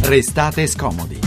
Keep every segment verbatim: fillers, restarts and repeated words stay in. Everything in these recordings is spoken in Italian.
Restate scomodi.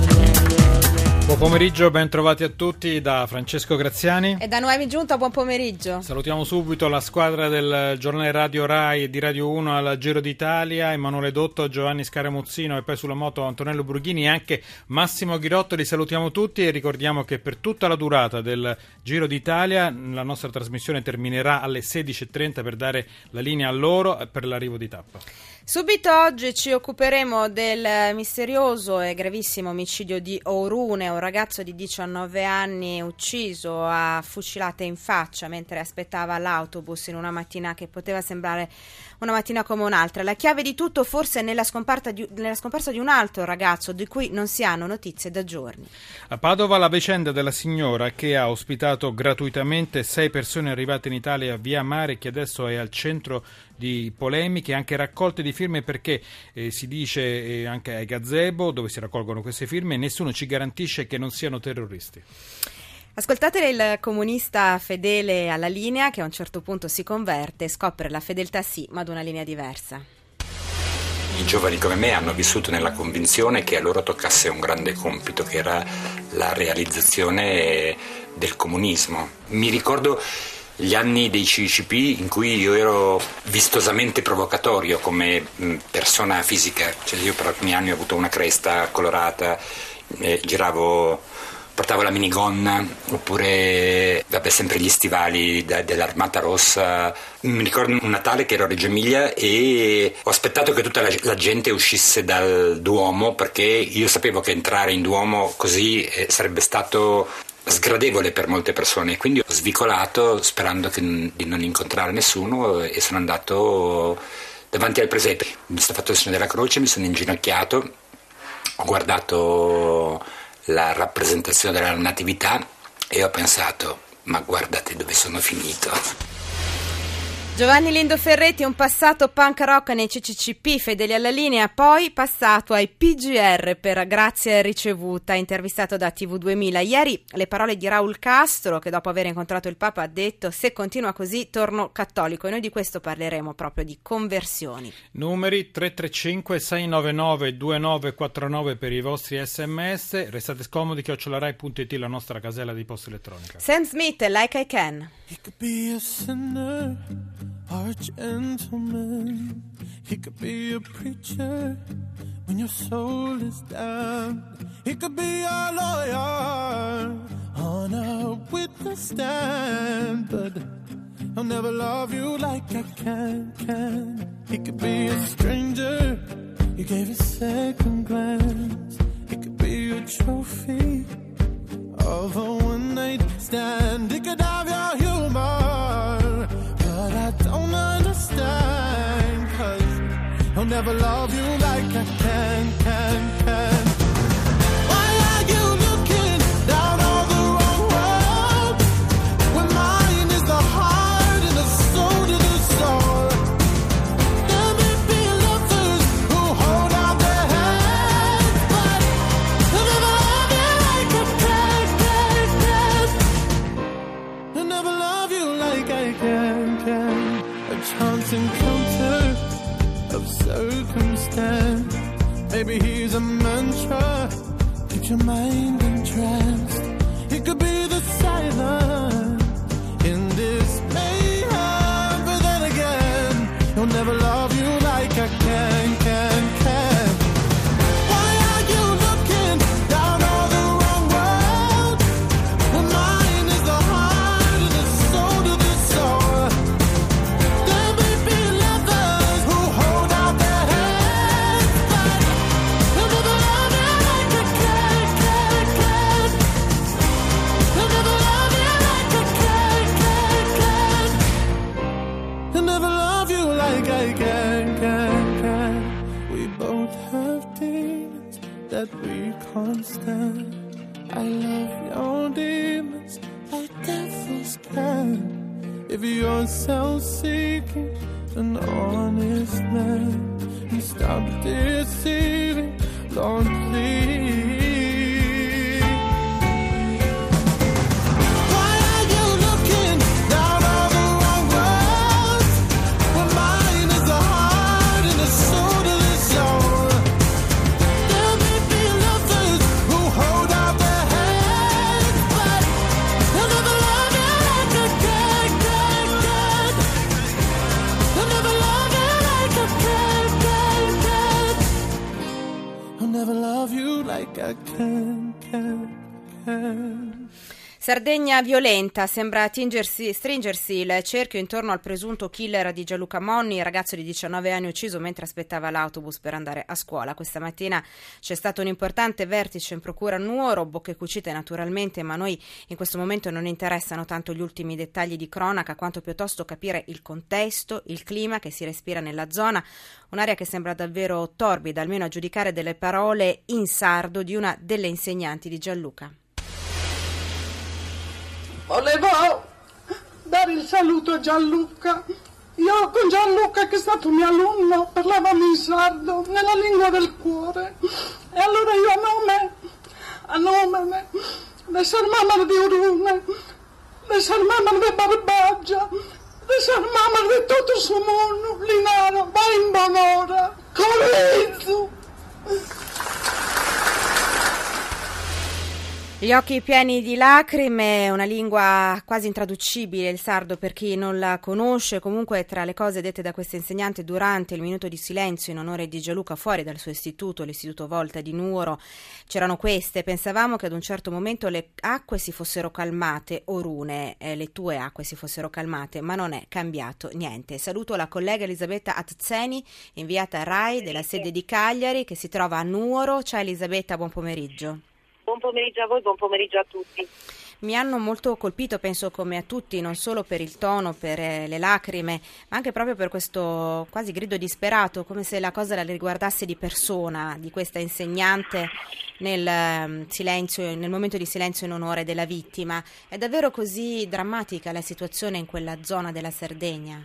Buon pomeriggio, ben trovati a tutti da Francesco Graziani e da Noemi Giunta. Buon pomeriggio. Salutiamo subito la squadra del giornale Radio Rai e di Radio uno al Giro d'Italia, Emanuele Dotto, Giovanni Scaramuzzino e poi sulla moto Antonello Burghini e anche Massimo Ghirotto. Li salutiamo tutti e ricordiamo che per tutta la durata del Giro d'Italia la nostra trasmissione terminerà alle sedici e trenta per dare la linea a loro per l'arrivo di tappa. Subito oggi ci occuperemo del misterioso e gravissimo omicidio di Orune, un ragazzo di diciannove anni ucciso a fucilate in faccia mentre aspettava l'autobus in una mattina che poteva sembrare una mattina come un'altra. La chiave di tutto forse è nella scomparsa di, nella scomparsa di un altro ragazzo di cui non si hanno notizie da giorni. A Padova la vicenda della signora che ha ospitato gratuitamente sei persone arrivate in Italia via mare, che adesso è al centro di polemiche, anche raccolte di firme, perché eh, si dice eh, anche ai gazebo dove si raccolgono queste firme, nessuno ci garantisce che non siano terroristi. Ascoltate il comunista fedele alla linea che a un certo punto si converte e scopre la fedeltà sì, ma ad una linea diversa. I giovani come me hanno vissuto nella convinzione che a loro toccasse un grande compito, che era la realizzazione del comunismo. Mi ricordo gli anni dei C C P in cui io ero vistosamente provocatorio come persona fisica, cioè io per alcuni anni ho avuto una cresta colorata, eh, giravo, portavo la minigonna, oppure vabbè, sempre gli stivali da, dell'Armata Rossa. Mi ricordo un Natale che ero a Reggio Emilia e ho aspettato che tutta la, la gente uscisse dal Duomo, perché io sapevo che entrare in Duomo così eh, sarebbe stato sgradevole per molte persone, quindi ho svicolato sperando che, di non incontrare nessuno, e sono andato davanti al presepe, mi sono fatto il segno della croce, mi sono inginocchiato, ho guardato la rappresentazione della Natività e ho pensato: ma guardate dove sono finito. Giovanni Lindo Ferretti, un passato punk rock nei C C C P fedeli alla linea, poi passato ai P G R per grazia ricevuta, intervistato da T V duemila. Ieri le parole di Raul Castro, che dopo aver incontrato il Papa ha detto: se continua così torno cattolico, e noi di questo parleremo, proprio di conversioni. Numeri tre tre cinque sei nove nove due nove quattro nove per i vostri sms, restate scomodi, chiocciolarai punto it, la nostra casella di posta elettronica. Sam Smith, Like I Can. He could be a sinner or a gentleman. He could be a preacher when your soul is down. He could be a lawyer on a witness stand, but he'll never love you like I can, can. He could be a stranger you gave a second glance. He could be a trophy of a one-night stand. He could have your humor, but I don't understand, 'cause he'll never love you like I can, can, can. Why are you looking down on the wrong road when mine is the heart and the soul to the soul? There may be lovers who hold out their hands, but he'll never love you like I can, can, can. He'll never love you like I can, can. A chance encounter of circumstance. Maybe he's a mantra, keeps your mind entranced. He could be the silence in this mayhem, but then again, he'll never love you like I can, can, can. Why are you looking down on the wrong road when mine is the heart and the soul to the soul? There may be lovers who hold out their hands, but he'll never love you like I can, can, can. He'll never love you like I can, can, can. He'll never love you like I can, can, can. We both have demons that we can't stand. I love your demons like devils can. If you're self-seeking, an honest man, and stop deceiving, Lord, please. Why are you looking down on the wrong road when mine is the heart and the soul to the soul? There I can, can, can. Sardegna violenta, sembra tingersi, stringersi il cerchio intorno al presunto killer di Gianluca Monni, ragazzo di diciannove anni ucciso mentre aspettava l'autobus per andare a scuola. Questa mattina c'è stato un importante vertice in procura a Nuoro, bocche cucite naturalmente, ma noi in questo momento non interessano tanto gli ultimi dettagli di cronaca quanto piuttosto capire il contesto, il clima che si respira nella zona, un'area che sembra davvero torbida, almeno a giudicare dalle parole in sardo di una delle insegnanti di Gianluca. Volevo dare il saluto a Gianluca. Io con Gianluca, che è stato mio alunno, parlavamo in sardo, nella lingua del cuore. E allora io a nome, a nome di Sarmamar di Orune, di Sarmamar di Barbaggia, di Sarmamar di tutto il suo mondo, Linaro, va in buon'ora, Corizzo. Gli occhi pieni di lacrime, una lingua quasi intraducibile, il sardo per chi non la conosce. Comunque tra le cose dette da questa insegnante durante il minuto di silenzio in onore di Gianluca fuori dal suo istituto, l'Istituto Volta di Nuoro, c'erano queste: pensavamo che ad un certo momento le acque si fossero calmate, Orune, eh, le tue acque si fossero calmate, ma non è cambiato niente. Saluto la collega Elisabetta Atzeni, inviata a RAI della sede di Cagliari, che si trova a Nuoro. Ciao Elisabetta, buon pomeriggio. Buon pomeriggio a voi, buon pomeriggio a tutti. Mi hanno molto colpito, penso come a tutti, non solo per il tono, per eh, le lacrime, ma anche proprio per questo quasi grido disperato, come se la cosa la riguardasse di persona, di questa insegnante nel um, silenzio, nel momento di silenzio in onore della vittima. È davvero così drammatica la situazione in quella zona della Sardegna?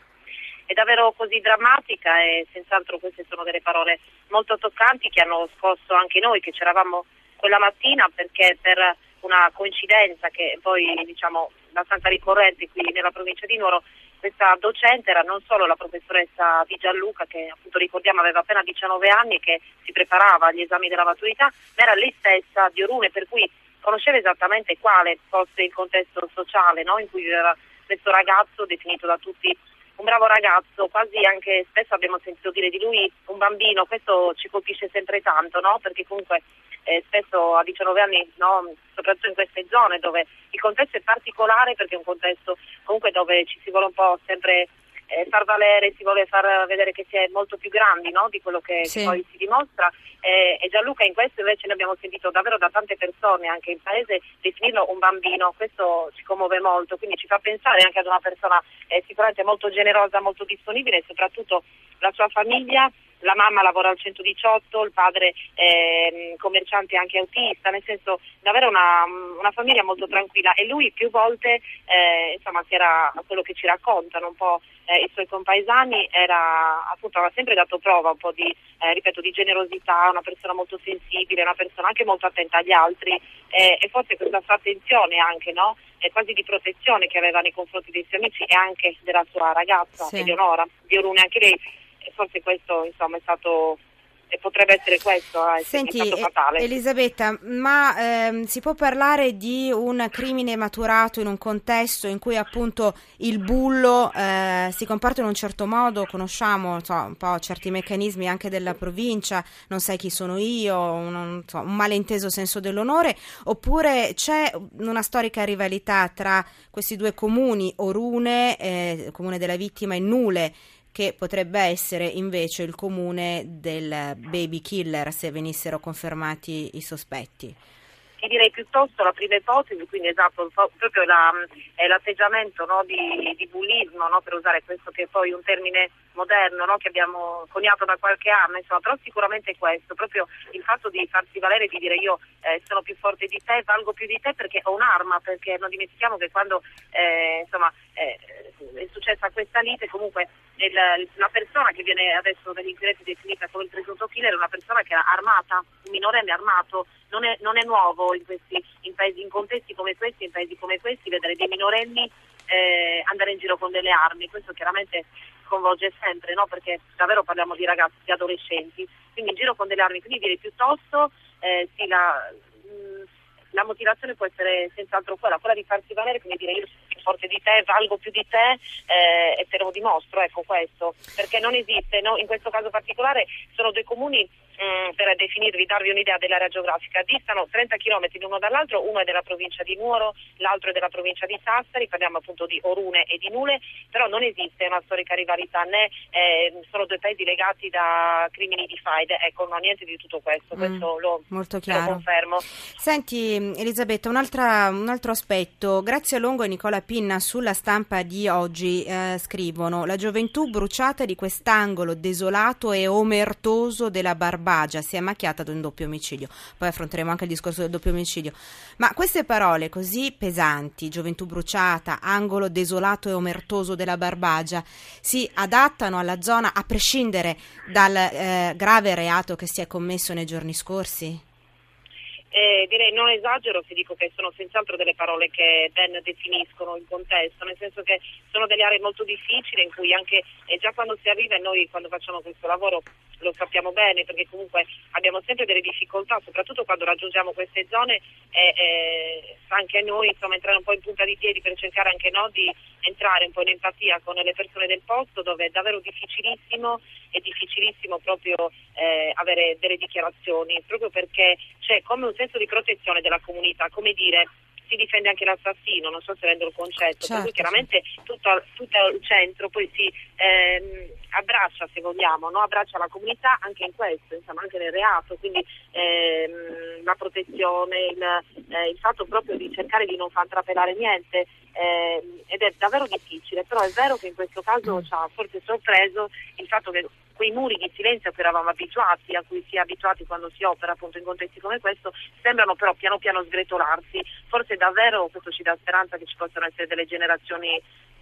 È davvero così drammatica e senz'altro queste sono delle parole molto toccanti che hanno scosso anche noi che c'eravamo quella mattina, perché per una coincidenza che poi diciamo abbastanza ricorrente qui nella provincia di Nuoro, questa docente era non solo la professoressa di Gianluca, che appunto ricordiamo aveva appena diciannove anni e che si preparava agli esami della maturità, ma era lei stessa di Orune, per cui conosceva esattamente quale fosse il contesto sociale, no? In cui viveva questo ragazzo definito da tutti un bravo ragazzo, quasi anche spesso abbiamo sentito dire di lui un bambino. Questo ci colpisce sempre tanto, no? Perché comunque eh, spesso a diciannove anni, no, soprattutto in queste zone dove il contesto è particolare, perché è un contesto comunque dove ci si vuole un po' sempre eh, far valere, si vuole far vedere che si è molto più grandi, no, di quello che, sì. che poi si dimostra, eh, e Gianluca in questo invece ne abbiamo sentito davvero da tante persone anche in paese definirlo un bambino. Questo ci commuove molto, quindi ci fa pensare anche ad una persona eh, sicuramente molto generosa, molto disponibile, e soprattutto la sua famiglia. La mamma lavora al centodiciotto, il padre è commerciante anche autista, nel senso davvero una, una famiglia molto tranquilla, e lui più volte eh, insomma si era, quello che ci raccontano un po' eh, i suoi compaesani, era appunto aveva sempre dato prova un po' di eh, ripeto di generosità, una persona molto sensibile, una persona anche molto attenta agli altri, eh, e forse questa sua attenzione anche, no? E quasi di protezione che aveva nei confronti dei suoi amici e anche della sua ragazza, sì. Eleonora di Orune, anche lei. Forse questo insomma è stato e potrebbe essere questo eh, Senti, è stato fatale. Elisabetta, ma ehm, si può parlare di un crimine maturato in un contesto in cui appunto il bullo eh, si comporta in un certo modo? Conosciamo so, un po' certi meccanismi anche della provincia, non sai chi sono io, un, so, un malinteso senso dell'onore, oppure c'è una storica rivalità tra questi due comuni, Orune, eh, comune della vittima, e Nule, che potrebbe essere invece il comune del baby killer se venissero confermati i sospetti? Io direi piuttosto la prima ipotesi, quindi esatto, proprio la, è l'atteggiamento, no, di, di bullismo, no, per usare questo che è poi un termine moderno, no, che abbiamo coniato da qualche anno, insomma, però sicuramente è questo, proprio il fatto di farsi valere, di dire io eh, sono più forte di te, valgo più di te perché ho un'arma, perché non dimentichiamo che quando eh, insomma eh, è successa questa lite, comunque il, la persona che viene adesso dagli inquirenti definita come il presunto killer è una persona che era armata, un minorenne armato. Non è, non è nuovo in questi in paesi, in contesti come questi, in paesi come questi, vedere dei minorenni eh, andare in giro con delle armi. Questo chiaramente sconvolge sempre, no? Perché davvero parliamo di ragazzi, di adolescenti, quindi in giro con delle armi. Quindi direi piuttosto eh, sì, la, mh, la motivazione può essere senz'altro quella, quella di farsi valere, quindi dire io sono più forte di te, valgo più di te eh, e te lo dimostro, ecco questo, perché non esiste, no? In questo caso particolare sono due comuni per definirvi, darvi un'idea dell'area geografica, distano trenta chilometri l'uno dall'altro, uno è della provincia di Nuoro, l'altro è della provincia di Sassari, parliamo appunto di Orune e di Nule, però non esiste una storica rivalità, né eh, sono due paesi legati da crimini di faide, ecco, no, niente di tutto questo, questo mm, lo, molto chiaro. Lo confermo. Senti Elisabetta, un'altra, un altro aspetto, Grazia Longo e Nicola Pinna sulla Stampa di oggi eh, scrivono: la gioventù bruciata di quest'angolo desolato e omertoso della Barbagia si è macchiata di un doppio omicidio. Poi affronteremo anche il discorso del doppio omicidio. Ma queste parole così pesanti, gioventù bruciata, angolo desolato e omertoso della Barbagia, si adattano alla zona a prescindere dal eh, grave reato che si è commesso nei giorni scorsi? Eh, direi non esagero se dico che sono senz'altro delle parole che ben definiscono il contesto, nel senso che sono delle aree molto difficili in cui anche eh, già quando si arriva, e noi quando facciamo questo lavoro lo sappiamo bene, perché comunque abbiamo sempre delle difficoltà, soprattutto quando raggiungiamo queste zone, e eh, anche noi insomma entrare un po' in punta di piedi per cercare anche no, di entrare un po' in empatia con le persone del posto, dove è davvero difficilissimo, è difficilissimo proprio eh, avere delle dichiarazioni, proprio perché c'è come un senso di protezione della comunità, come dire, si difende anche l'assassino, non so se rendo il concetto, certo, per cui chiaramente tutto, tutto il centro poi si ehm, abbraccia, se vogliamo, no? Abbraccia la comunità anche in questo, insomma anche nel reato, quindi ehm, la protezione, il, eh, il fatto proprio di cercare di non far trapelare niente, eh, ed è davvero difficile, però è vero che in questo caso ci ha forse sorpreso il fatto che quei muri di silenzio a cui eravamo abituati, a cui si è abituati quando si opera appunto in contesti come questo, sembrano però piano piano sgretolarsi. Forse davvero questo ci dà speranza che ci possano essere delle generazioni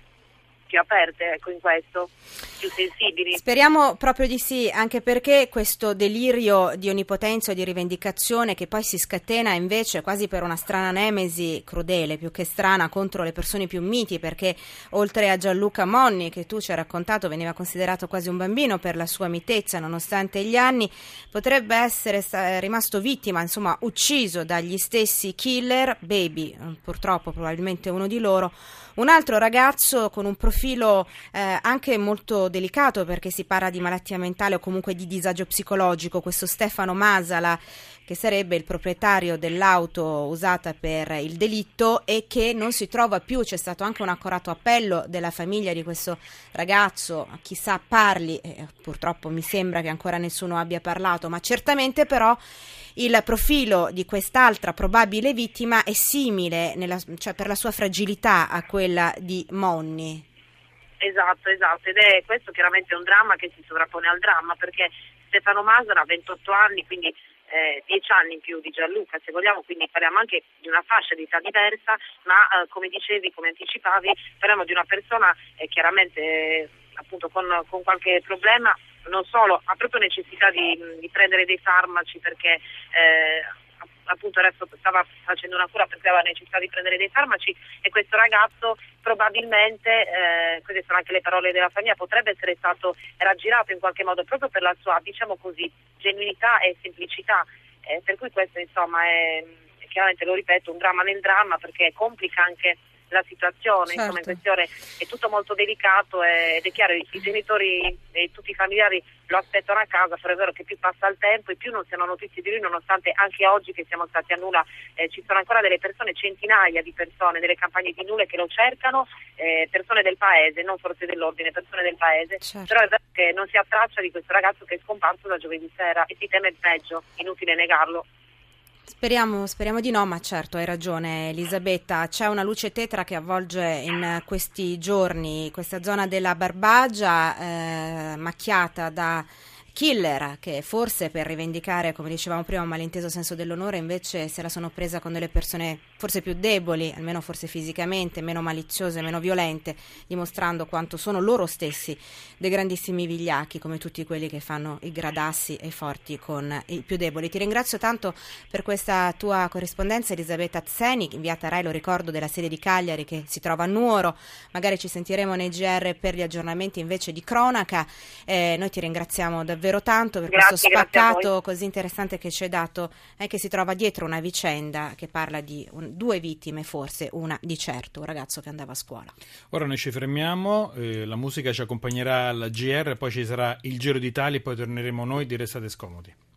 più aperte, ecco, in questo, più sensibili. Speriamo proprio di sì, anche perché questo delirio di onnipotenza e di rivendicazione che poi si scatena invece quasi per una strana nemesi crudele, più che strana, contro le persone più miti, perché oltre a Gianluca Monni, che tu ci hai raccontato veniva considerato quasi un bambino per la sua mitezza nonostante gli anni, potrebbe essere rimasto vittima, insomma ucciso dagli stessi killer, Baby, purtroppo probabilmente uno di loro, un altro ragazzo con un profilo eh, anche molto delicato, perché si parla di malattia mentale o comunque di disagio psicologico, questo Stefano Masala, che sarebbe il proprietario dell'auto usata per il delitto e che non si trova più. C'è stato anche un accorato appello della famiglia di questo ragazzo, chissà parli, eh, purtroppo mi sembra che ancora nessuno abbia parlato, ma certamente però il profilo di quest'altra probabile vittima è simile, nella, cioè per la sua fragilità, a quella di Monni. Esatto, esatto, ed è questo chiaramente un dramma che si sovrappone al dramma, perché Stefano Masala ha ventotto anni, quindi eh, dieci anni in più di Gianluca, se vogliamo, quindi parliamo anche di una fascia di età diversa, ma eh, come dicevi, come anticipavi, parliamo di una persona eh, chiaramente eh, appunto con, con qualche problema, non solo, ha proprio necessità di, di prendere dei farmaci perché eh, appunto adesso stava facendo una cura perché aveva necessità di prendere dei farmaci, e questo ragazzo probabilmente, eh, queste sono anche le parole della famiglia, potrebbe essere stato raggirato in qualche modo proprio per la sua, diciamo così, genuinità e semplicità, eh, per cui questo insomma è, è chiaramente, lo ripeto, un dramma nel dramma, perché complica anche la situazione, certo. Insomma in questione è tutto molto delicato ed è chiaro, i, i genitori e tutti i familiari lo aspettano a casa, però è vero che più passa il tempo e più non si hanno notizie di lui, nonostante anche oggi che siamo stati a Nula eh, ci sono ancora delle persone, centinaia di persone, delle campagne di Nula che lo cercano, eh, persone del paese, non forze dell'ordine, persone del paese, certo. Però è vero che non si ha traccia di questo ragazzo che è scomparso da giovedì sera e si teme il peggio, inutile negarlo. Speriamo, speriamo di no, ma certo hai ragione Elisabetta, c'è una luce tetra che avvolge in questi giorni questa zona della Barbagia eh, macchiata da killer che forse per rivendicare, come dicevamo prima, un malinteso senso dell'onore invece se la sono presa con delle persone forse più deboli, almeno forse fisicamente, meno maliziose, meno violente, dimostrando quanto sono loro stessi dei grandissimi vigliacchi, come tutti quelli che fanno i gradassi e i forti con i più deboli. Ti ringrazio tanto per questa tua corrispondenza, Elisabetta Zeni, inviata a Rai, lo ricordo, della sede di Cagliari che si trova a Nuoro. Magari ci sentiremo nei G R per gli aggiornamenti invece di cronaca. Eh, noi ti ringraziamo davvero tanto per grazie, questo spaccato così interessante che ci hai dato, eh, che si trova dietro una vicenda che parla di un, due vittime, forse una di certo, un ragazzo che andava a scuola. Ora noi ci fermiamo, eh, la musica ci accompagnerà al G R, poi ci sarà il Giro d'Italia e poi torneremo noi di Restate Scomodi.